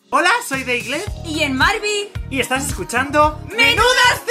Hola, soy Deiglet Y en Marvi. y estás escuchando ¡Menudas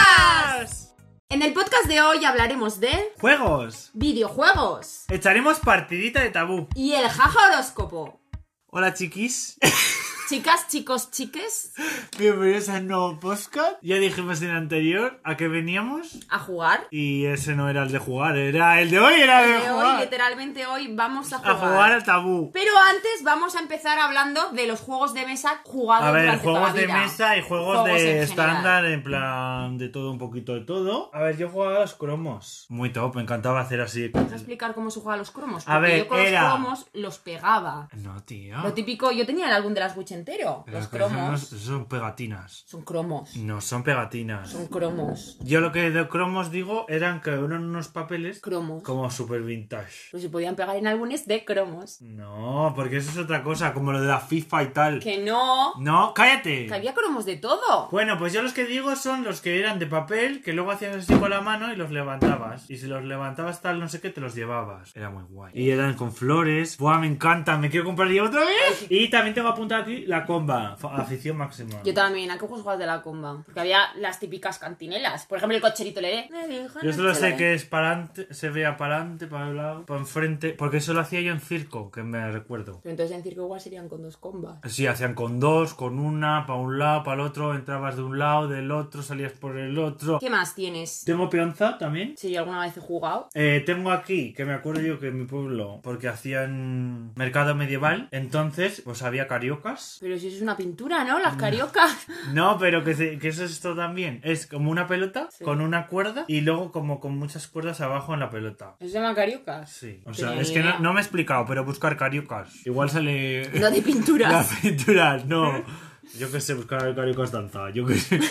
circas! En el podcast de hoy hablaremos de Juegos. videojuegos Echaremos partidita de tabú. y el jaja horóscopo. Hola, chiquis. Chicas, chicos, chiques, Bienvenidos a un nuevo podcast. Ya dijimos en el anterior a qué veníamos. a jugar. Y ese no era el de jugar, era el de hoy, era el de Hoy, jugar. literalmente hoy, vamos a A jugar al tabú. Pero antes vamos a empezar hablando de los juegos de mesa jugados A ver, durante toda juegos la de vida. mesa y juegos en de general. estándar, en plan de todo, un poquito de todo. A ver, yo jugaba a los cromos. Muy top, me encantaba hacer así. ¿Vas a explicar cómo se juega a los cromos? A Porque ver, yo con era- los cromos los pegaba. No, tío. Lo típico, yo tenía el álbum de las Witch entero. Pero Los es que cromos esos son pegatinas. son cromos. No, son pegatinas. Son cromos. Yo lo que de cromos digo eran que eran unos papeles Cromos. como super vintage. Pues se podían pegar en álbumes de cromos. No, porque eso es otra cosa, como lo de la FIFA y tal. Que no. No, cállate. Que había cromos de todo. Bueno, pues yo los que digo son los que eran de papel, que luego hacías así con la mano y los levantabas. Y si los levantabas tal, no sé qué, te los llevabas. Era muy guay. Y eran con flores. Buah, me encanta, me quiero comprar yo otra vez. Y también tengo apuntado aquí la comba, afición máxima. Yo también, ¿a qué juegos jugabas de la comba? Porque había las típicas cantinelas. Por ejemplo, el cocherito Leré. Yo solo sé que es para adelante, se vea para adelante, para el lado, para enfrente. Porque eso lo hacía yo en circo, que me recuerdo. Pero entonces en circo igual serían con dos combas. Sí, hacían con dos, con una, para un lado, para el otro, entrabas de un lado, del otro, salías por el otro. ¿Qué más tienes? Tengo peonza también. Si yo alguna vez he jugado. Tengo aquí, que me acuerdo yo que en mi pueblo, porque hacían mercado medieval, entonces pues había cariocas. Pero si eso es una pintura, ¿no? Las cariocas. No, pero que eso es esto también. Es como una pelota Sí. con una cuerda y luego como con muchas cuerdas abajo en la pelota. ¿Eso se llama cariocas? Sí, o No sea, tenía es ni que idea. no me he explicado, pero buscar cariocas. Igual sale... No de pinturas. Las pinturas, no. Yo qué sé, buscar cariocas danza, yo qué sé.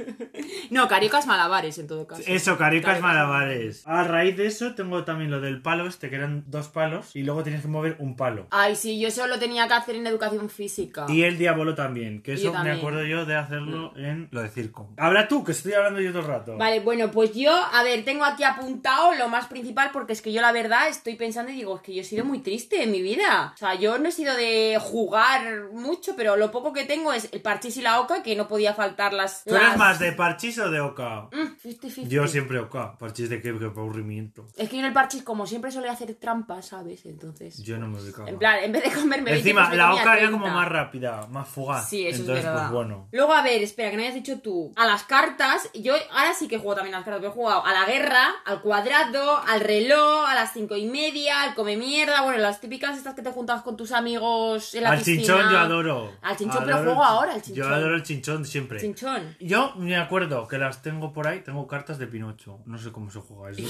No, cariocas malabares en todo caso. Eso, cariocas Cariocas malabares. A raíz de eso tengo también lo del palo este, que eran dos palos, y luego tienes que mover un palo. Ay, sí, yo eso lo tenía que hacer en educación física. Y el diablo también, que eso Yo me también. acuerdo yo de hacerlo en lo de circo. Habla tú, que estoy hablando yo todo el rato. Vale, bueno, pues yo, a ver, tengo aquí apuntado lo más principal porque es que yo la verdad estoy pensando y digo, es que yo he sido muy triste en mi vida. O sea, yo no he sido de jugar mucho, pero lo poco que tengo es el parchís y la oca, que no podía faltar las... ¿Tú eres más de parchís o de oca? 50-50. Yo siempre oca. Parchís de qué aburrimiento. Es que yo en el parchís, como siempre solía hacer trampas, ¿sabes? Entonces... Yo no me ubicaba. En plan, en vez de comerme 20, Encima, pues me la comía oca era 30. como más rápida, más fugaz. Sí, eso Entonces, es verdad. pues bueno. Luego, a ver, espera, que no hayas dicho tú. A las cartas, yo ahora sí que juego también a las cartas, pero he jugado a la guerra, al cuadrado, al reloj, a las 5:30, al come mierda, bueno, las típicas estas que te juntabas con tus amigos en la Al piscina. chinchón yo adoro. Al chinchón, pero Adoro juego el ahora al chinchón. Yo adoro el chinchón siempre. Chinchón. Yo me acuerdo que las tengo por ahí, tengo cartas de Pinocho. No sé cómo se juega eso.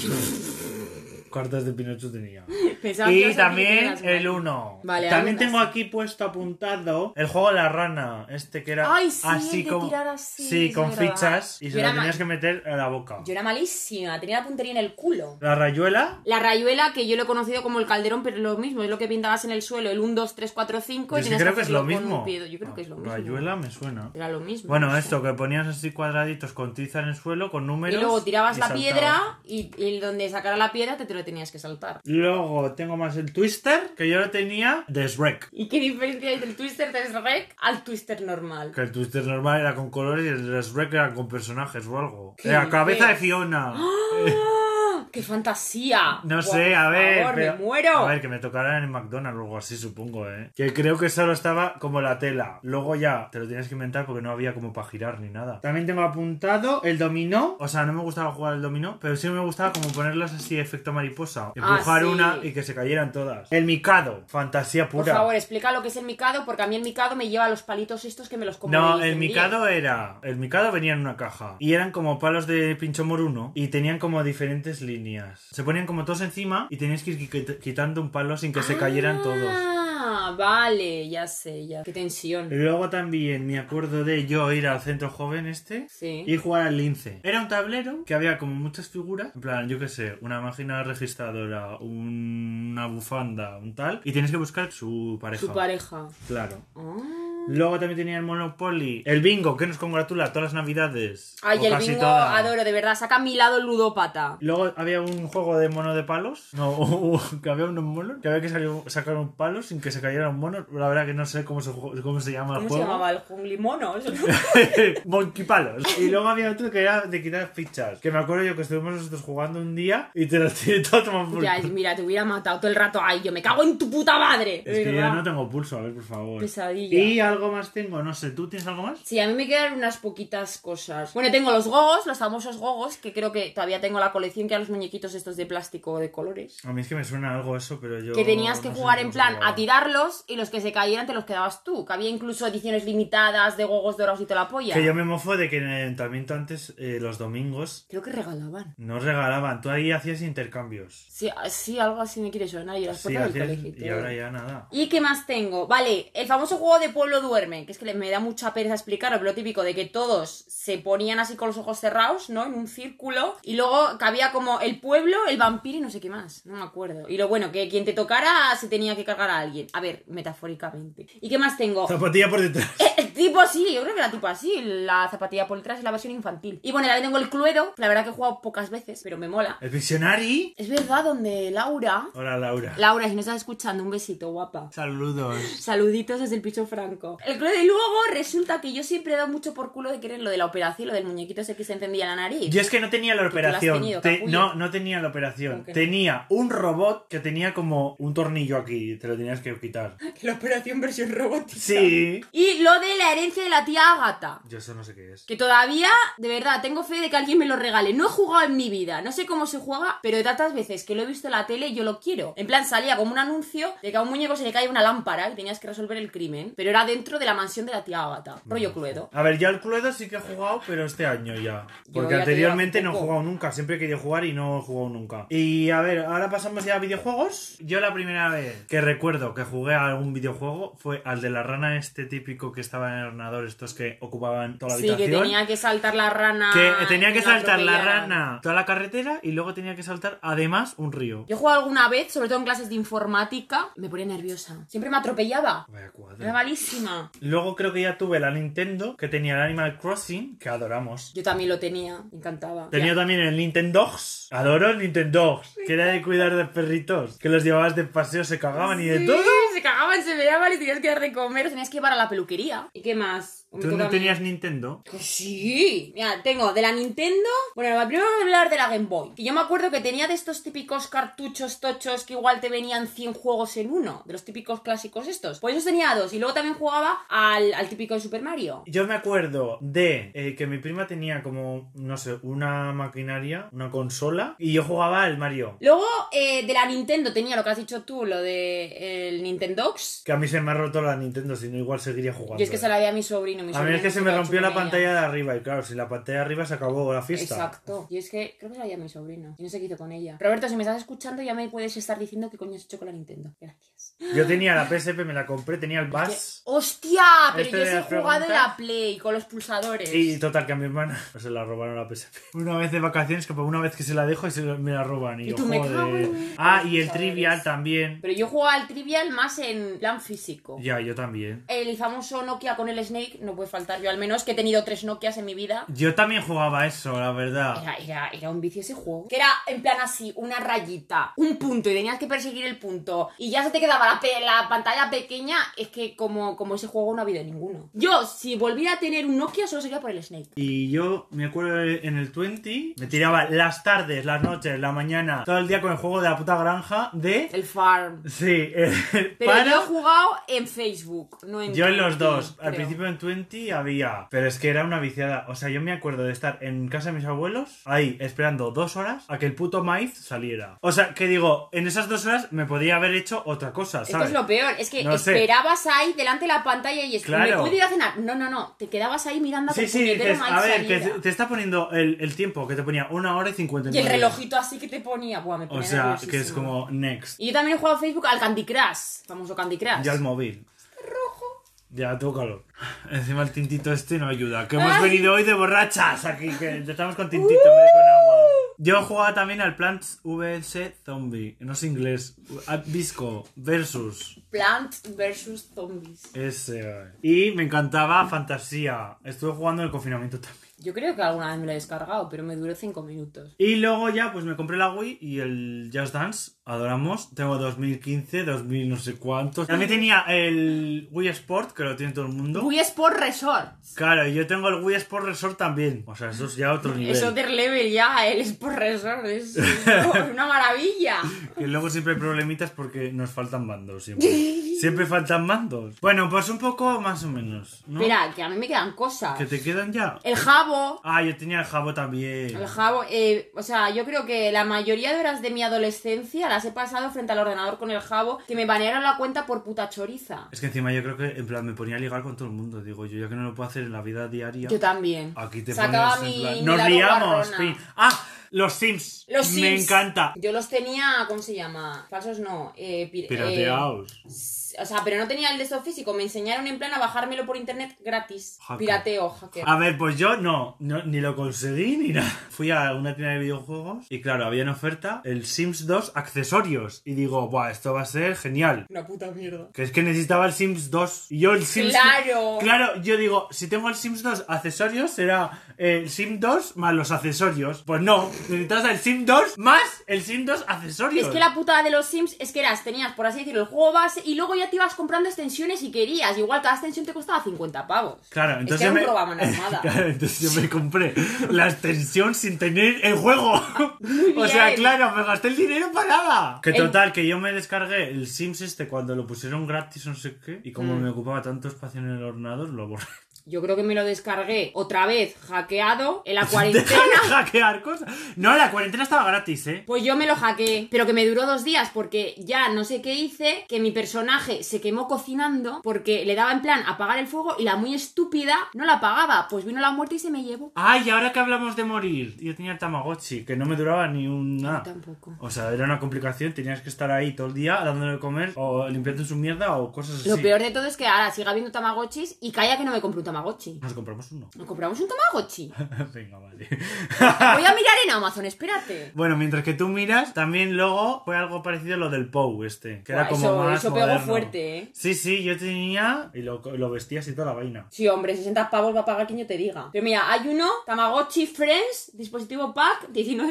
Cartas de Pinocho tenía. Pensaba que Y ibas a decir también las el manos. 1. Vale, También algunas tengo sí. aquí puesto apuntado el juego de la rana. Este que era Ay, sí, así el de como. tirar así, Sí, es con verdad. fichas y Yo se era las tenías mal- que meter a la boca. Yo era malísima, tenía la puntería en el culo. La rayuela. La rayuela, que yo lo he conocido como el calderón, pero es lo mismo, es lo que pintabas en el suelo, el 1, 2, 3, 4, 5 y Yo sí tenías creo que es hacerlo lo con mismo. un pie. Yo creo que es lo mismo. Rayuela me suena. Era lo mismo. Bueno, esto, que ponías así cuadraditos con tiza en el suelo, con números. Y luego tirabas y la saltaba. piedra y donde sacara la piedra te lo tenías que saltar. Luego tengo más el Twister, que yo lo tenía de Shrek. ¿Y qué diferencia hay del twister de Shrek al twister normal? Que el Twister normal era con colores y el de Shrek era con personajes o algo. ¿Qué La cabeza de dices? Fiona. ¡Ah! ¡Qué fantasía! No Por sé, a ver. favor, pero- me muero. A ver, que me tocara en el McDonald's o algo así, supongo, ¿eh? Que creo que solo estaba como la tela. Luego ya te lo tienes que inventar porque no había como para girar ni nada. También tengo apuntado el dominó. O sea, no me gustaba jugar al dominó, pero sí me gustaba como ponerlas así, efecto mariposa. Empujar sí. una y que se cayeran todas. El Mikado, fantasía Por pura. favor, explica lo que es el micado, porque a mí el micado me lleva los palitos estos que me los como. No, de el Mikado era... El Mikado venía en una caja. Y eran como palos de pincho moruno. Y tenían como diferentes líneas. Se ponían como todos encima y tenías que ir quitando un palo sin que se cayeran todos. Ah, vale, ya sé, ya. Qué tensión. Y luego también me acuerdo de yo ir al centro joven este Sí. y jugar al lince. Era un tablero que había como muchas figuras. En plan, yo qué sé, una máquina registradora, una bufanda, un tal. Y tienes que buscar su pareja. Su pareja. Claro. Ah. Luego también tenía el Monopoly. El bingo, que nos congratula todas las navidades. Ay, o el casi bingo todas. adoro, de verdad. Saca a mi lado el ludópata. Luego había un juego de mono de palos. No, que había unos monos. Que había que sacar un palo sin que se cayera un mono. La verdad que no sé cómo se llama el ¿Cómo juego. se llamaba? El junglimono. Eso no. Monkey palos. Y luego había otro que era de quitar fichas. Que me acuerdo yo que estuvimos nosotros jugando un día y te los tiré todo tomando por Ya, culo. mira, te hubiera matado todo el rato. Ay, yo me cago en tu puta madre. Es que yo ¿Verdad? no tengo pulso, a ver, por favor. Pesadilla. Y algo más tengo, no sé, ¿tú tienes algo más? Sí, a mí me quedan unas poquitas cosas. Bueno, tengo los gogos, los famosos gogos, que creo que todavía tengo la colección, que eran los muñequitos estos de plástico de colores. A mí es que me suena algo eso, pero yo... Que tenías que no sé jugar cómo en se plan jugaba. a tirarlos y los que se cayeran te los quedabas tú. Que había incluso ediciones limitadas de gogos dorados y te la polla. Que yo me mofo de que en el ayuntamiento antes, los domingos, Creo que regalaban. nos regalaban. Tú ahí hacías intercambios. Sí, sí, algo así me quiere sonar. Y las Sí, puertas del hacías... colegio y Y todo. ahora ya nada. ¿Y qué más tengo? Vale, el famoso juego de Pueblo Duerme, que es que me da mucha pereza explicarlo, pero lo típico de que todos se ponían así con los ojos cerrados, ¿no? En un círculo, y luego que había como el pueblo, el vampiro y no sé qué más, no me acuerdo. Y lo bueno, que quien te tocara se tenía que cargar a alguien. A ver, metafóricamente. ¿Y qué más tengo? Zapatilla por detrás. Tipo así, yo creo que era tipo así, la zapatilla por detrás es la versión infantil. Y bueno, también tengo el Cluedo, la verdad que he jugado pocas veces, pero me mola. El Pictionary. Es verdad, donde Laura... Hola, Laura. Laura, si no estás escuchando, un besito, guapa. Saludos. Saluditos desde el piso franco. El Cluedo, y luego resulta que yo siempre he dado mucho por culo de querer lo de la operación, lo del muñequito ese que se encendía la nariz. Yo es que no tenía la tú la has operación. tenido, capullo. No tenía la operación. ¿Cómo que no? Tenía un robot que tenía como un tornillo aquí y te lo tenías que quitar. La operación versión robótica. Sí. Y lo de la herencia de la tía Ágata. Yo eso no sé qué es. Que todavía, de verdad, tengo fe de que alguien me lo regale. No he jugado en mi vida, no sé cómo se juega, pero de tantas veces que lo he visto en la tele, yo lo quiero. En plan, salía como un anuncio de que a un muñeco se le cae una lámpara y tenías que resolver el crimen, pero era dentro de la mansión de la tía Ágata. Rollo Cluedo. A ver, yo al Cluedo sí que he jugado, pero este año ya. Yo Porque ya te anteriormente digo, no he hace jugado nunca. Siempre he querido jugar y no he jugado nunca. Y a ver, ahora pasamos ya a videojuegos. Yo la primera vez que recuerdo que jugué a algún videojuego fue al de la rana este típico que estaba en el ordenador, estos que ocupaban toda la Sí, habitación. que tenía que saltar la rana. Que tenía que y no saltar la atropellaran. rana toda la carretera y luego tenía que saltar además un río. Yo he jugado alguna vez, sobre todo en clases de informática, me ponía nerviosa. Siempre me atropellaba. Vaya Era cuadro. malísima. Luego creo que ya tuve la Nintendo, que tenía el Animal Crossing, que adoramos. Yo también lo tenía, me encantaba. Tenía también el Nintendogs. Adoro el Nintendogs. Que era de cuidar de perritos. Que los llevabas de paseo, se cagaban y de Sí, todo. se cagaban, se veían y tenías que dar de comer, los tenías que llevar a la peluquería. ¿Y qué más? ¿Tú no tenías Nintendo? Pues sí. Mira, tengo de la Nintendo. Bueno, primero voy a hablar de la Game Boy. Que yo me acuerdo que tenía de estos típicos cartuchos tochos que igual te venían 100 juegos en uno. De los típicos clásicos estos. Pues yo tenía dos. Y luego también jugaba al típico de Super Mario. Yo me acuerdo de que mi prima tenía como, no sé, una maquinaria, una consola, y yo jugaba al Mario. Luego, de la Nintendo tenía lo que has dicho tú, lo de el Nintendogs. Que a mí se me ha roto la Nintendo, si no igual seguiría jugando. Yo es que se la di a mi sobrino. Mi A mí es que sobrino se no me qué ha rompió hecho la con ella. pantalla de arriba y claro, si la pantalla de arriba se acabó la fiesta. Exacto. Y es que creo que se la di a mi sobrino. Y no sé qué hizo con ella. Roberto, si me estás escuchando, ya me puedes estar diciendo qué coño has hecho con la Nintendo. Gracias. Yo tenía la PSP, me la compré, tenía el Bass. ¡Hostia! Pero Este yo de sí he las jugado en preguntas. la Play con los pulsadores. Y total, que a mi hermana se la robaron la PSP. Una vez de vacaciones, que por una vez que se la dejo y me la roban. Y, Y yo, tú me joder. cago en- Ah, y el Pulsadores. Trivial también. Pero yo jugaba al Trivial más en plan físico. Ya, yo también. El famoso Nokia con el Snake no puede faltar. Yo al menos que he tenido 3 Nokias en mi vida. Yo también jugaba eso, la verdad. Era un vicio ese juego. Que era en plan así, una rayita, un punto y tenías que perseguir el punto. Y ya se te quedaba la pantalla pequeña. Es que como ese juego no ha habido ninguno. Yo, si volviera a tener un Nokia, solo sería por el Snake. Y yo me acuerdo en el 20, me tiraba las tardes, las noches, la mañana, todo el día con el juego de la puta granja de... El Farm. Sí, Pero para... yo he jugado en Facebook, no en Yo en los 20, dos. Al creo. principio en 20 había. Pero es que era una viciada. O sea, yo me acuerdo de estar en casa de mis abuelos, ahí, esperando 2 horas a que el puto maíz saliera. O sea, que digo, en esas 2 horas me podía haber hecho otra cosa, Esto ¿sabes? es lo peor, es que No sé. esperabas ahí delante de la pantalla y Claro. ¿me puedo ir a cenar? No, te quedabas ahí mirando a que Sí, el sí, puñetero dices, maíz a ver, que saliera. te está poniendo el tiempo, que te ponía 1 hora y 59. Y el relojito así que te ponía, buah, me O ponía sea, nerviosísima. que es como next. Y yo también he jugado a Facebook al Candy Crush, famoso Candy Crush. Ya el móvil. Ya, tengo calor. Encima el tintito este no ayuda. Que hemos venido hoy de borrachas aquí, que estamos con tintito en vez de con agua. Yo jugaba también al Plants vs Zombie. No es inglés. Visco versus. Plants vs Zombies. Ese. Y me encantaba Fantasía. Estuve jugando en el confinamiento también. Yo creo que alguna vez me lo he descargado, pero me duró 5 minutos. Y luego ya pues me compré la Wii y el Just Dance. Adoramos. Tengo 2015, 2000 no sé cuántos. También tenía el Wii Sport, que lo tiene todo el mundo. Wii Sport Resort. Claro, y yo tengo el Wii Sport Resort también. O sea, eso es ya otro nivel. Es other level ya, el Sport Resort. Es una maravilla. Que luego siempre hay problemitas porque nos faltan mandos. Siempre faltan mandos. Bueno, pues un poco más o menos, ¿no? Mira, que a mí me quedan cosas. ¿Que te quedan ya? El jabo. Ah, yo tenía el jabo también. El jabo, o sea, yo creo que la mayoría de horas de mi adolescencia las he pasado frente al ordenador con el jabo, que me banearon la cuenta por puta choriza. Es que encima yo creo que, en plan, me ponía a ligar con todo el mundo. Digo, yo ya que no lo puedo hacer en la vida diaria. Yo también. Aquí te Sacaba pones en mi plan... mi ¡Nos lado liamos! guarrona. Fin. ¡Ah! Los Sims. Los Sims. Me encanta. Yo los tenía, ¿cómo se llama? Falsos no. Pirateados. O sea, pero no tenía el de esto físico. Me enseñaron en plan a bajármelo por internet gratis. Hacker. Pirateo, hacker. A ver, pues yo no, ni lo conseguí ni nada. Fui a una tienda de videojuegos y claro, había en oferta el Sims 2 accesorios. Y digo, buah, esto va a ser genial. Una puta mierda. Que es que necesitaba el Sims 2. Y yo el Sims... ¡Claro! Claro, yo digo, si tengo el Sims 2 accesorios, será el Sims 2 más los accesorios. Pues no, necesitas el Sims 2 más el Sims 2 accesorios. Es que la putada de los Sims es que tenías, por así decirlo, el juego base y luego ya te ibas comprando extensiones si querías. Igual cada extensión te costaba 50 pavos. Claro, entonces es que era un programa normal. Claro, entonces yo me compré la extensión sin tener el juego. Muy O sea, bien. claro, me gasté el dinero para nada. Que total, que yo me descargué el Sims cuando lo pusieron gratis o no sé qué. Y como me ocupaba tanto espacio en el ordenador, lo borré. Yo creo que me lo descargué otra vez hackeado en la cuarentena. Deja de hackear cosas. No, la cuarentena estaba gratis, ¿eh? Pues yo me lo hackeé, pero que me duró 2 días porque ya no sé qué hice, que mi personaje se quemó cocinando porque le daba en plan apagar el fuego y la muy estúpida no la apagaba. Pues vino la muerte y se me llevó. Ay, ahora que hablamos de morir, yo tenía el Tamagotchi, que no me duraba ni un nada. Tampoco. O sea, era una complicación, tenías que estar ahí todo el día dándole de comer o limpiando su mierda o cosas así. Lo peor de todo es que ahora sigue habiendo Tamagotchis y calla que no me compré un Tamagotchi. Nos compramos uno. ¿Nos compramos un Tamagotchi? Venga, vale. Voy a mirar en Amazon, espérate. Bueno, mientras que tú miras, también luego fue algo parecido a lo del POU que era Buah, como más eso pegó moderno. fuerte, ¿eh? Sí, yo tenía y lo vestía así toda la vaina. Sí, hombre, 60 pavos va a pagar quien yo te diga. Pero mira, hay uno, Tamagotchi Friends, dispositivo pack,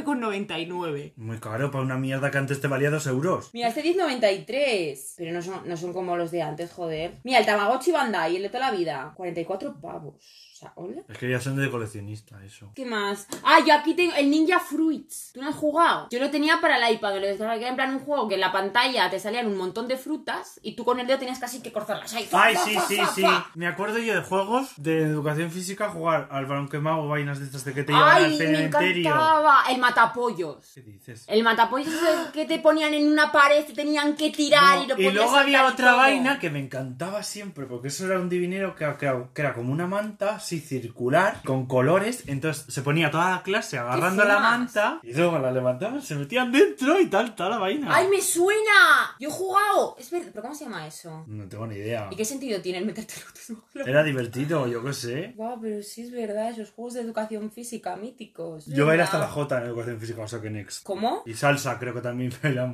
19,99. Muy caro para una mierda que antes te valía 2 euros. Mira, este 10,93. Pero no son como los de antes, joder. Mira, el Tamagotchi Bandai, el de toda la vida, 44 pavos. O sea, hola. Es que ya son de coleccionista eso. ¿Qué más? Ah, yo aquí tengo el Ninja Fruits. ¿Tú no has jugado? Yo lo tenía para el iPad, lo descargué, que era en plan un juego que en la pantalla te salían un montón de frutas y tú con el dedo tenías casi que cortarlas. ¡Ay, Ay, sí. Me acuerdo yo de juegos de educación física, jugar al balón quemado o vainas de estas de que te llevan al ¡Ay, me cementerio. encantaba! El matapollos. ¿Qué dices? El matapollos es el que te ponían en una pared, te tenían que tirar y lo Y podías luego saltar había y otra todo. vaina que me encantaba siempre, porque eso era un divinero que era como una manta así circular, con colores, entonces se ponía toda la clase agarrando la fumas? manta y luego la levantaban, se metían dentro y tal, toda la vaina. ¡Ay, me suena! ¡Yo he jugado! Es verdad, ¿pero cómo se llama eso? No tengo ni idea. ¿Y qué sentido tiene el meterte los Era divertido, yo qué sé. Guau, pero sí es verdad, esos juegos de educación física míticos. Yo ¿Verdad? era hasta la J en educación física, o sea que next. ¿Cómo? Y salsa creo que también era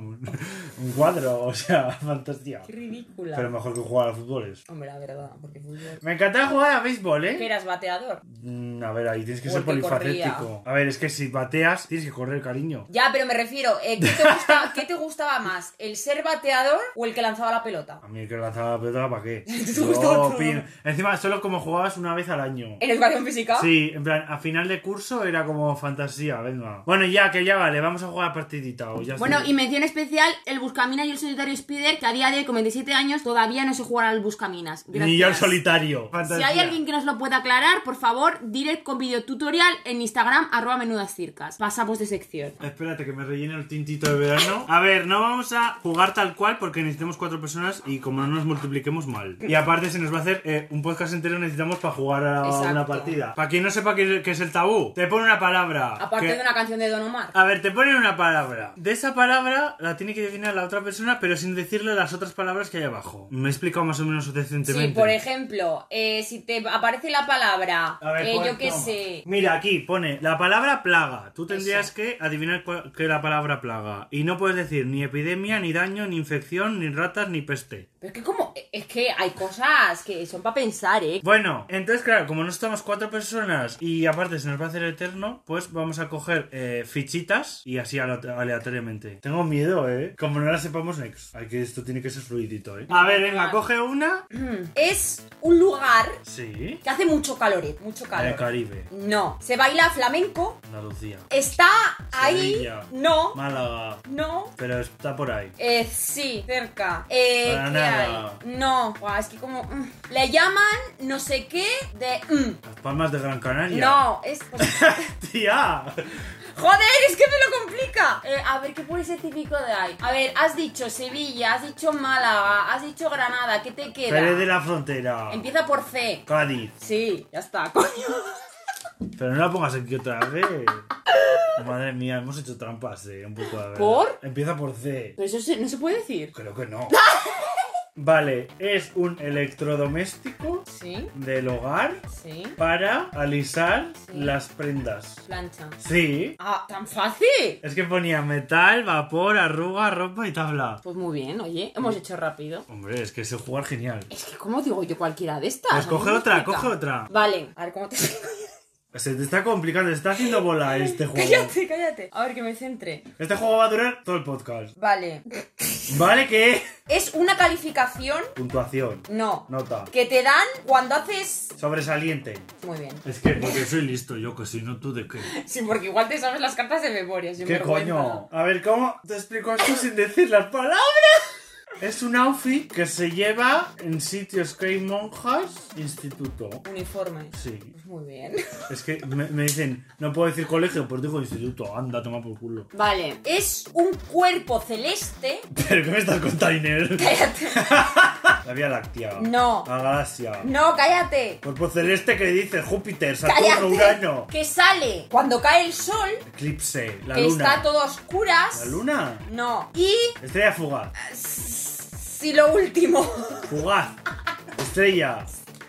un cuadro, o sea, fantasía. Qué ridícula. Pero mejor que jugar a fútbol es. Hombre, la verdad, porque fútbol... Me encantaba jugar a béisbol, ¿Qué ¿eh? eras, bateador? A ver, ahí tienes que ser Porque polifacético. A ver, es que si bateas, tienes que correr, cariño. Ya, pero me refiero, ¿qué te gustaba más? ¿El ser bateador o el que lanzaba la pelota? A mí el que lanzaba la pelota, ¿para qué? Te gustaba todo. Encima, solo como jugabas una vez al año. ¿En educación física? Sí, en plan, a final de curso era como fantasía, venga. Bueno, ya vale, vamos a jugar partidita. O ya Bueno, estoy. y mención especial, el Buscaminas y el Solitario Spider, que a día de hoy, con 27 años, todavía no sé jugar al Buscaminas. Gracias. Ni yo el solitario. Si Fantasía. hay alguien que nos lo pueda aclarar, por favor, direct con videotutorial en Instagram, @menudascircas. Pasamos de sección. Espérate que me rellene el tintito de verano. A ver, no vamos a jugar tal cual porque necesitamos 4 personas y como no nos multipliquemos mal. Y aparte se nos va a hacer un podcast entero necesitamos para jugar a Exacto. una partida. Para quien no sepa qué es el tabú, te pone una palabra. Aparte que- de una canción de Don Omar. A ver, te ponen una palabra. De esa palabra la tiene que definir la otra persona, pero sin decirle las otras palabras que hay abajo. Me he explicado más o menos decentemente. Sí, por ejemplo, si te aparece la palabra, A ver, yo qué toma. sé. Mira, aquí pone la palabra plaga. Tú tendrías Eso. que adivinar qué es la palabra plaga. Y no puedes decir ni epidemia, ni daño, ni infección, ni ratas, ni peste. Pero es que como, es que hay cosas que son para pensar, Bueno, entonces claro, como no estamos 4 personas y aparte se nos va a hacer eterno, pues vamos a coger fichitas y así aleatoriamente. Tengo miedo, Como no la sepamos, next. Ay, que esto tiene que ser fluidito, A ver, venga, coge una. Es un lugar Sí. que hace mucho calor, mucho El calor. Caribe. No, se baila flamenco, Andalucía. está ahí, Sevilla. no, Málaga. no. Pero está por ahí. Sí, cerca. ¿Qué Granada. hay? No, Buah, es que como... le llaman no sé qué de... Las Palmas de Gran Canaria. No, es... ¡Tía! ¡Joder, es que me lo complica! A ver, ¿qué puede ser típico de ahí? A ver, has dicho Sevilla, has dicho Málaga, has dicho Granada, ¿qué te queda? Jerez de la Frontera. Empieza por C. Cádiz. Sí, ya está, coño. Pero no la pongas aquí otra vez. Madre mía, hemos hecho trampas, un poco a ver. ¿Por? Empieza por C. Pero eso no se puede decir. Creo que no. Vale, es un electrodoméstico Sí, del hogar sí. para alisar Sí. las prendas. Plancha. Sí. Ah, ¿tan fácil? Es que ponía metal, vapor, arruga, ropa y tabla. Pues muy bien, oye, hemos hecho rápido. Hombre, es que es el jugar genial. Es que, ¿cómo digo yo cualquiera de estas? Pues A mí coge me otra, explica. coge otra. Vale, a ver cómo te... Se te está complicando, se está haciendo bola este juego. Cállate, cállate. A ver, que me centre. Este juego va a durar todo el podcast. Vale. ¿Vale qué? Es una calificación, Puntuación. no, Nota. que te dan cuando haces... Sobresaliente. Muy bien. Es que porque soy listo, yo que si no, ¿tú de qué? Sí, porque igual te sabes las cartas de memoria. sin ¿Qué vergüenza. coño? A ver, ¿cómo te explico esto sin decir las palabras? Es un outfit que se lleva en sitios que hay monjas, instituto. Uniforme. Sí. Pues muy bien. Es que me dicen, no puedo decir colegio, pues digo instituto. Anda, toma por culo. Vale. Es un cuerpo celeste. ¿Pero qué me estás container? Cállate. La Vía Láctea. No. La galaxia. No, cállate. Cuerpo celeste que dice Júpiter, Saturno, Cállate. Urano. Que sale cuando cae el sol. Eclipse, la Que luna. está todo a oscuras. ¿La luna? No. Y... Estrella fugaz. si lo último. Fugaz. Estrella.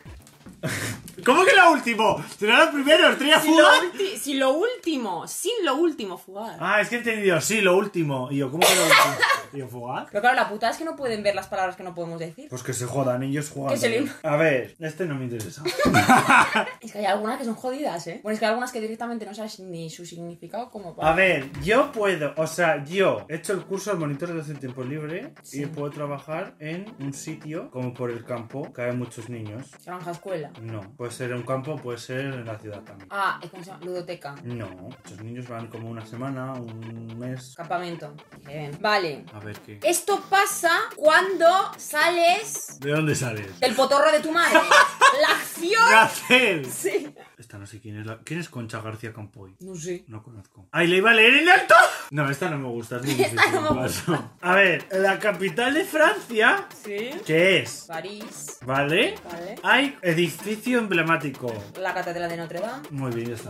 ¿Cómo que la último? ¿Será lo primero? ¿Estrella fugaz? Si lo último. Sin lo último, fugaz. Ah, es que he entendido, sí, lo último. Y yo, ¿cómo que lo último? Y yo, ¿fugaz? Pero claro, la putada es que no pueden ver las palabras que no podemos decir. Pues que se jodan, ellos juegan. Que se también. A ver, este no me interesa. Es que hay algunas que son jodidas, ¿eh? Bueno, es que hay algunas que directamente no sabes ni su significado como para... A ver, yo puedo, o sea, yo he hecho el curso de monitor de tiempo libre Sí. y puedo trabajar en un sitio como por el campo, que hay muchos niños. Granja escuela. No, puede ser en un campo, puede ser en la ciudad también. Ah, ¿cómo se llama? Ludoteca. No, muchos niños van como una semana, un mes. Campamento. Bien. Vale. A ver qué. Esto pasa cuando sales ¿De dónde sales? del potorro de tu madre. La acción... ¡Gacel! Sí. Esta no sé quién es. ¿Quién es Concha García Campoy? No sé. No conozco. ¡Ay, le iba a leer en alto! No, esta no me gusta. Es muy difícil. no me paso. A ver, la capital de Francia, Sí. ¿qué es? París. ¿Vale? Vale. Hay edificio emblemático. La catedral de Notre Dame. Muy bien, ya está.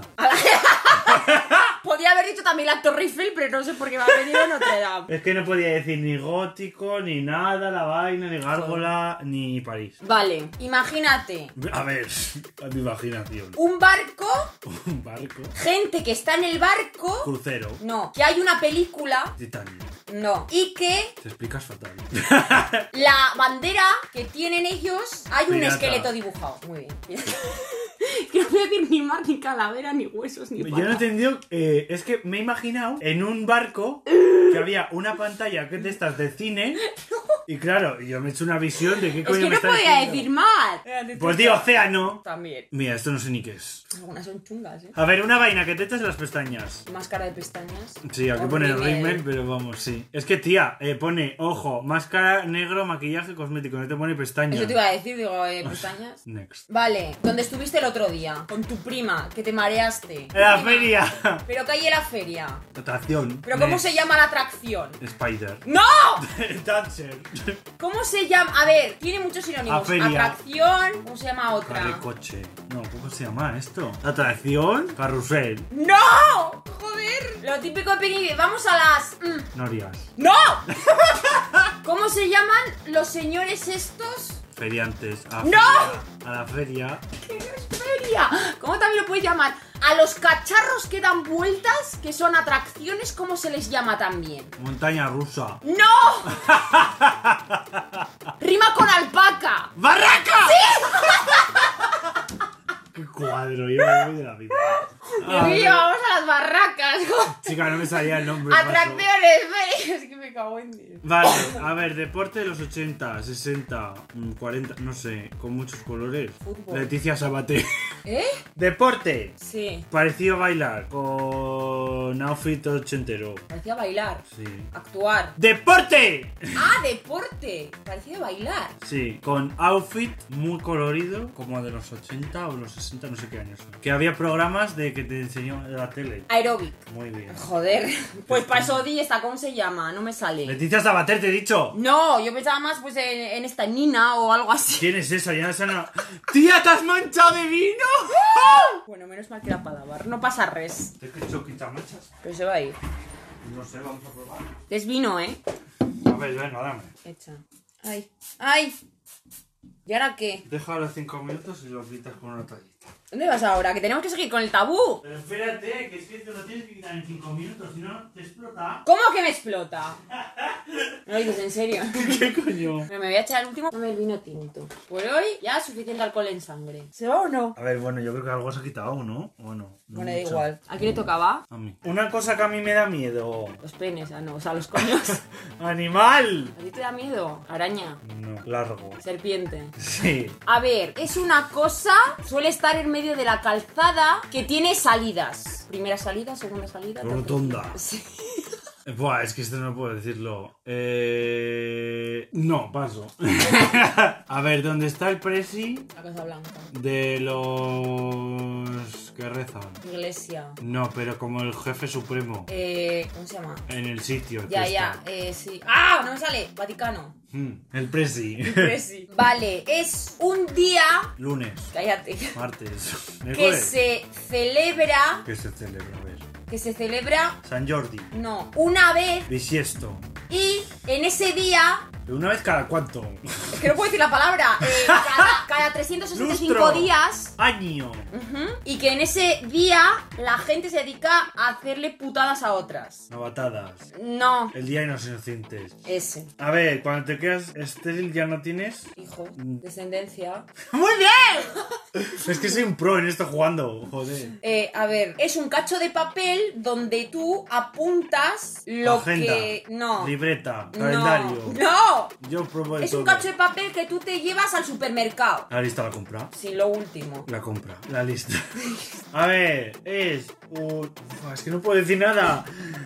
Podía haber dicho también la Torre Eiffel, pero no sé por qué me ha venido Notre Dame. Es que no podía decir ni gótico, ni nada, la vaina, ni gárgola, ni París. Vale, imagínate A ver, a mi imaginación. un barco, Un barco. gente que está en el barco. Crucero. No, que hay una película. Titanic. No, y que Te explicas fatal. la bandera que tienen ellos hay un Pirata. esqueleto dibujado. Muy bien. Que no voy a decir ni mar, ni calavera, ni huesos, ni Yo no he patas. entendido, es que me he imaginado en un barco que había una pantalla que es de estas de cine. Y claro, yo me he hecho una visión de qué Es coño que me no está podía diciendo. decir mar. Pues di océano. También. Mira, esto no sé ni qué es. Algunas son chungas, A ver, una vaina que te echas en las pestañas. Máscara de pestañas. Sí, aquí pone Horrible. rímel, pero vamos, sí. Es que, tía, pone ojo, máscara, negro, maquillaje, cosmético. No te pone pestañas. Eso te iba a decir, digo, pestañas. Next. Vale, ¿dónde estuviste el otro día? Con tu prima, que te mareaste. La feria. ¿Pero qué hay en la feria? Atracción. ¿Pero cómo Next. se llama la atracción? Spider. ¡No! Dancer. ¿Cómo se llama? A ver, tiene muchos sinónimos. A feria. Atracción, ¿cómo se llama otra? Carricoche. No, ¿cómo se llama esto? Atracción, carrusel. ¡No! Joder. Lo típico de Pequeño. Vamos a las... Norias. ¡No! ¿Cómo se llaman los señores estos? Feriantes. ¡No! a la feria. ¿Qué es feria? ¿Cómo también lo puedes llamar? A los cacharros que dan vueltas, que son atracciones, ¿cómo se les llama también? Montaña rusa. ¡No! Rima con alpaca. ¡Barraca! ¡Sí! ¡Qué cuadro! Yo me voy de la vida. Y vamos a las barracas. Chica, no me salía el nombre. Atracciones, ferias. Es que me cago en Dios. Vale, a ver, deporte de los 80, 60, 40, no sé, con muchos colores. Fútbol. Leticia Sabater. ¿Eh? Deporte. Sí. Parecido a bailar, con outfit ochentero. Parecía bailar. Sí. Actuar. ¡Deporte! Ah, deporte. Parecía bailar. Sí, con outfit muy colorido, como de los 80 o los 60, no sé qué años son. Que había programas de que te enseñó la tele. Aeróbic. Muy bien. Joder. Pues para eso di esta, ¿cómo se llama? No me sale. Leticia Sabater, te he dicho. No, yo pensaba más pues en esta Nina o algo así. ¿Quién es esa? Ya esa no. ¡Tía, te has manchado de vino! Bueno, menos mal que era Padavar. No pasa res. ¿Te he hecho quitamachas? Pero se va a ir. No sé, vamos a probar. Es vino, ¿eh? A ver, venga, dame. Hecha. ¡Ay! ¡Ay! ¿Y ahora qué? Déjalo 5 minutos y lo quitas con una toallita. ¿Dónde vas ahora? Que tenemos que seguir con el tabú. Pero espérate, que es que te lo tienes que quitar en 5 minutos, si no te explota. ¿Cómo que me explota? ¿Me lo dices en serio? ¿Qué coño? Me voy a echar el último. Dame el vino tinto. Por hoy ya suficiente alcohol en sangre. ¿Se va o no? A ver, bueno, yo creo que algo se ha quitado, ¿no? ¿O no? No Bueno, da mucho. igual. ¿A quién le tocaba? A mí. Una cosa que a mí me da miedo. Los penes, no, o sea, los coños. ¡Animal! ¿A ti te da miedo? Araña. No, largo. Serpiente. Sí. A ver, es una cosa, suele estar en medio de la calzada que tiene salidas. Primera salida, segunda salida. tercera. Rotonda. Sí. Buah, es que esto no puedo decirlo. No, paso. A ver, ¿dónde está el presi La Casa Blanca. de los que rezan? Iglesia. No, pero como el jefe supremo. ¿Cómo se llama? En el sitio. Ya, que ya, está. sí. ¡Ah! No me sale. Vaticano. El presi. Presi. Vale, es un día. Lunes, Cállate. martes, Que miércoles. se celebra. ¿Qué se celebra? A ver. Que se celebra. San Jordi. No, una vez. Bisiesto. Y en ese día. ¿Una vez cada cuánto? Es que no puedo decir la palabra. Cada 365 Lustro. días. Año. Y que en ese día la gente se dedica a hacerle putadas a otras. Novatadas. No, El día de los inocentes. ese. A ver, cuando te quedas estéril ya no tienes. Hijo, descendencia. ¡Muy bien! Es que soy un pro en esto jugando, joder. A ver, es un cacho de papel donde tú apuntas lo Agenda, que. No. libreta, No. calendario. No. Yo probo de Es todo. un cacho de papel que tú te llevas al supermercado. La lista la compra. Sí, lo último. La compra, la lista. A ver, es es que no puedo decir nada.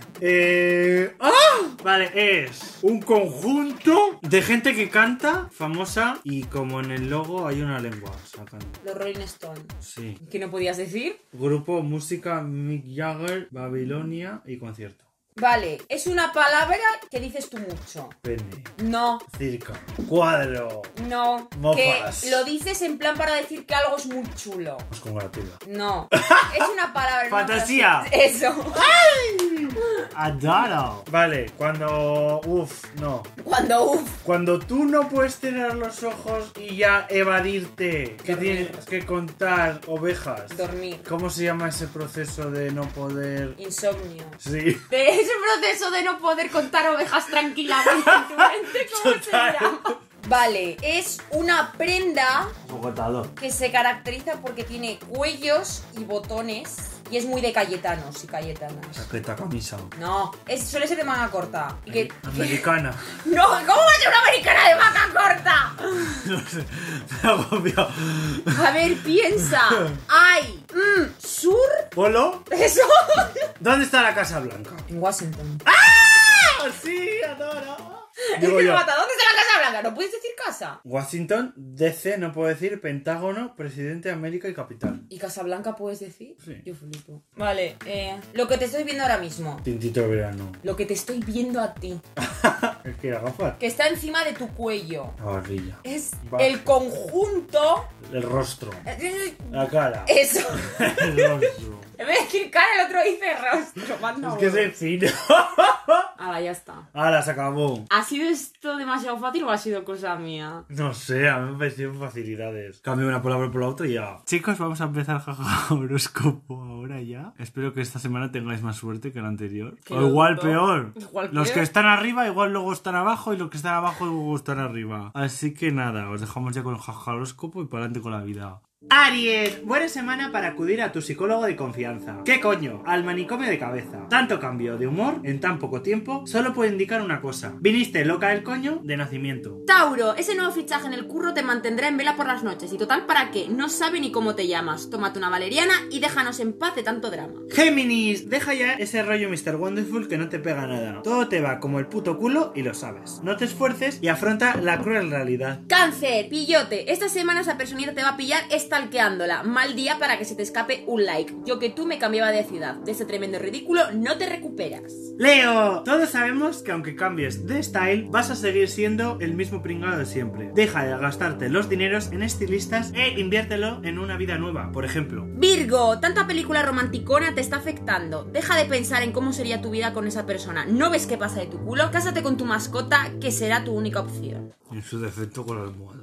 Vale, es un conjunto de gente que canta, famosa, y como en el logo hay una lengua sacando. Los Rolling Stones. Sí. ¿Qué no podías decir? Grupo, música, Mick Jagger, Babilonia y concierto. Vale, es una palabra que dices tú mucho. Pene, No, circo, cuadro. no. Mofas. Que lo dices en plan para decir que algo es muy chulo. Os congratulo. No. Es una palabra. no una Fantasía. frase. Eso. Adoro. Vale, cuando... no. Cuando tú no puedes tener los ojos y ya evadirte, que Dormir. tienes que contar ovejas. Dormir. ¿Cómo se llama ese proceso de no poder...? Insomnio. Sí. De ese proceso de no poder contar ovejas tranquilamente en tu mente, ¿cómo Total. se llama? Vale, es una prenda Agotador. que se caracteriza porque tiene cuellos y botones y es muy de cayetanos y cayetanas. Chaqueta, camisa. No, suele ser de manga corta. Y que, Americana. No, ¿cómo va a ser una americana de manga corta? No sé. Me agobio. A ver, piensa. Ay, sur. ¿Polo? Eso. ¿Dónde está la Casa Blanca? En Washington. ¡Ah! Sí, adoro. Es Digo que me yo. mata. ¿Dónde está la Casa Blanca? ¿No puedes decir casa? Washington, DC, no puedo decir, Pentágono, Presidente de América y Capital. ¿Y Casa Blanca puedes decir? Sí. Yo flipo. Vale, lo que te estoy viendo ahora mismo. Tintito de verano. Lo que te estoy viendo a ti. Es que la gafas. Que está encima de tu cuello. La barbilla. Es Va. el conjunto. El rostro. La cara. Eso. El rostro. En vez de decir cara, el otro dice rostro. Manda Es que huevo. soy fino. A Ahora ya está. Ahora se acabó. ¿Ha sido esto demasiado fácil o ha sido cosa mía? No sé, a mí me parecieron facilidades. Cambio una palabra por la otra y ya. Chicos, vamos a empezar jajaja horóscopo ahora ya. Espero que esta semana tengáis más suerte que la anterior. O igual peor. Los que están arriba igual luego están abajo y los que están abajo luego están arriba. Así que nada, os dejamos ya con el jajaja horóscopo y para adelante con la vida. Aries, buena semana para acudir a tu psicólogo de confianza. ¿Qué coño? Al manicomio de cabeza. Tanto cambio de humor en tan poco tiempo solo puede indicar una cosa. Viniste loca del coño de nacimiento. Tauro, ese nuevo fichaje en el curro te mantendrá en vela por las noches. Y total, ¿para qué? No sabe ni cómo te llamas. Tómate una valeriana y déjanos en paz de tanto drama. Géminis, deja ya ese rollo Mr. Wonderful que no te pega nada. Todo te va como el puto culo y lo sabes. No te esfuerces y afronta la cruel realidad. Cáncer, pillote, esta semana esa personita te va a pillar stalkeándola. Mal día para que se te escape un like. Yo que tú me cambiaba de ciudad. De ese tremendo ridículo no te recuperas. Leo, todos sabemos que aunque cambies de style, vas a seguir siendo el mismo pringado de siempre. Deja de gastarte los dineros en estilistas e inviértelo en una vida nueva, por ejemplo. Virgo, tanta película romanticona te está afectando. Deja de pensar en cómo sería tu vida con esa persona. ¿No ves qué pasa de tu culo? Cásate con tu mascota, que será tu única opción. En su defecto con la almohada.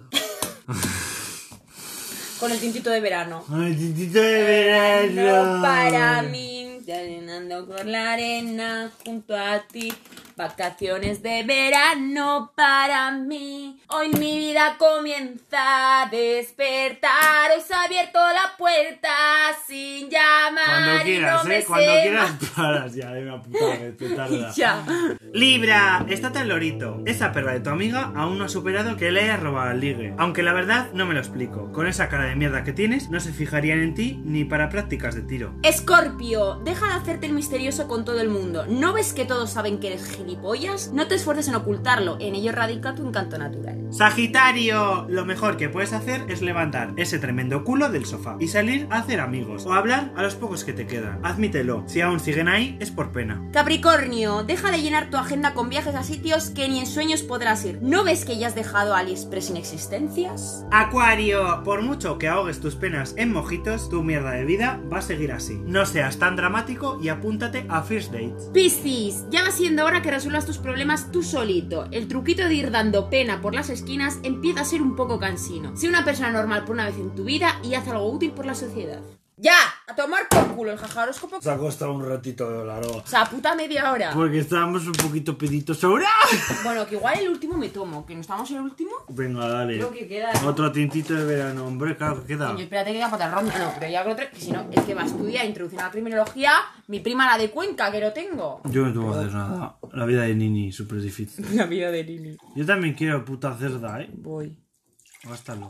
Con el tintito de verano. ¡Ay, tintito de verano! Para mí, caminando por la arena junto a ti. Vacaciones de verano para mí. Hoy mi vida comienza a despertar. Hoy se ha abierto la puerta sin llamar. Cuando quieras, y no me cuando sé quieras más. paras ya de una puta vez, te tarda. Ya. Libra, estate al lorito. Esa perra de tu amiga aún no ha superado que le hayas robado al ligue. Aunque la verdad no me lo explico. Con esa cara de mierda que tienes, no se fijarían en ti ni para prácticas de tiro. Escorpio, deja de hacerte el misterioso con todo el mundo. ¿No ves que todos saben que eres gilipollas? No te esfuerces en ocultarlo, en ello radica tu encanto natural. Sagitario, lo mejor que puedes hacer es levantar ese tremendo culo del sofá y salir a hacer amigos o hablar a los pocos que te quedan. Admítelo, si aún siguen ahí es por pena. Capricornio, deja de llenar tu agenda con viajes a sitios que ni en sueños podrás ir. ¿No ves que ya has dejado a AliExpress sin existencias? Acuario, por mucho que ahogues tus penas en mojitos, tu mierda de vida va a seguir así. No seas tan dramático y apúntate a First Dates. Piscis, ya va siendo hora que resuelvas tus problemas tú solito. El truquito de ir dando pena por las esquinas empieza a ser un poco cansino. Sé una persona normal por una vez en tu vida y haz algo útil por la sociedad. ¡Ya! ¡A tomar por culo el jajaróscopo! Se ha costado un ratito largo. O sea, puta media hora. Porque estábamos un poquito peditos ahora. Bueno, que igual el último me tomo. ¿Que no estamos en el último? Venga, dale. Creo que queda, ¿no? Otro tintito de verano, hombre, claro que queda. Coño, espérate que queda para otra ronda. No, pero ya con otro, que si no, el que va a estudiar introducción a la criminología, mi prima la de Cuenca, que lo tengo. Yo no te voy a hacer nada. La vida de Nini, súper difícil. La vida de Nini. Yo también quiero puta cerda, ¿eh? Voy. Gástalo.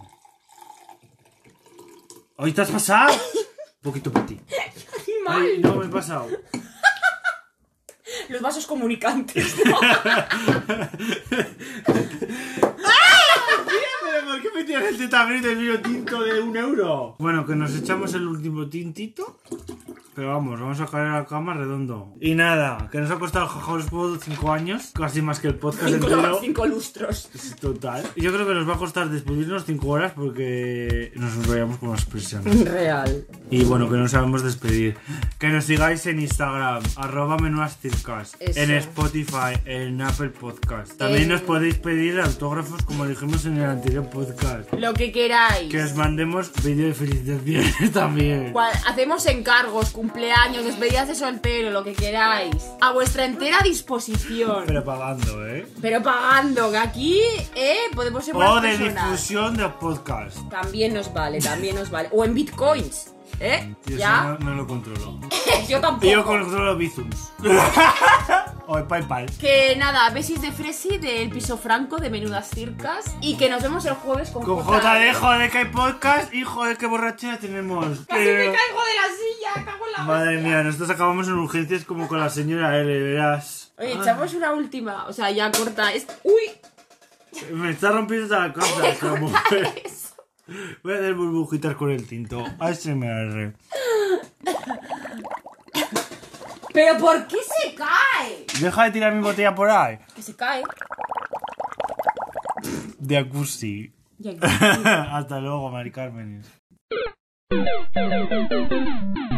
¿Hoy te has pasado? Un poquito para ti. Mal. Ay, no me he pasado. Los vasos comunicantes. ¿Pero por qué me tiras el tetabrit del vino tinto de 1 euro? Bueno, que nos echamos el último tintito. Pero vamos a caer a la cama redondo. Y nada, que nos ha costado el jajaróscopo 5 años. Casi más que el podcast entero. 5 lustros. Total. Y yo creo que nos va a costar despedirnos 5 horas porque nos enrollamos con las presiones. Real. Y bueno, que no sabemos despedir. Que nos sigáis en Instagram, @menuascircas, en Spotify, en Apple Podcast. También nos podéis pedir autógrafos como dijimos en el anterior podcast. Lo que queráis. Que os mandemos vídeo de felicitaciones también. Hacemos encargos, cumpleaños, despedidas de soltero, lo que queráis. A vuestra entera disposición. Pero pagando, ¿eh? Pero pagando, que aquí, podemos ser O buenas de personas. difusión de podcast. También nos vale, también nos vale. O en bitcoins, ¿eh? Y eso ¿Ya? no lo controlo. Yo tampoco. Yo controlo Bizums. O el PayPal. Que nada, besis de Fresi del piso franco de Menudas Circas. Y que nos vemos el jueves con Con JD, joder que hay podcast y joder que borrachera tenemos. Casi me caigo de la silla, cago en la Madre hostia. mía, nosotros acabamos en urgencias como con la señora L, verás. Oye, echamos una última, o sea, ya corta. ¡Uy! Me está rompiendo toda la casa esta mujer. Eso. Voy a hacer burbujitas con el tinto. ASMR. ¿Pero por qué se cae? Deja de tirar mi botella por ahí. Que se cae. De Acusi. Ya. Hasta luego, Mari Carmen.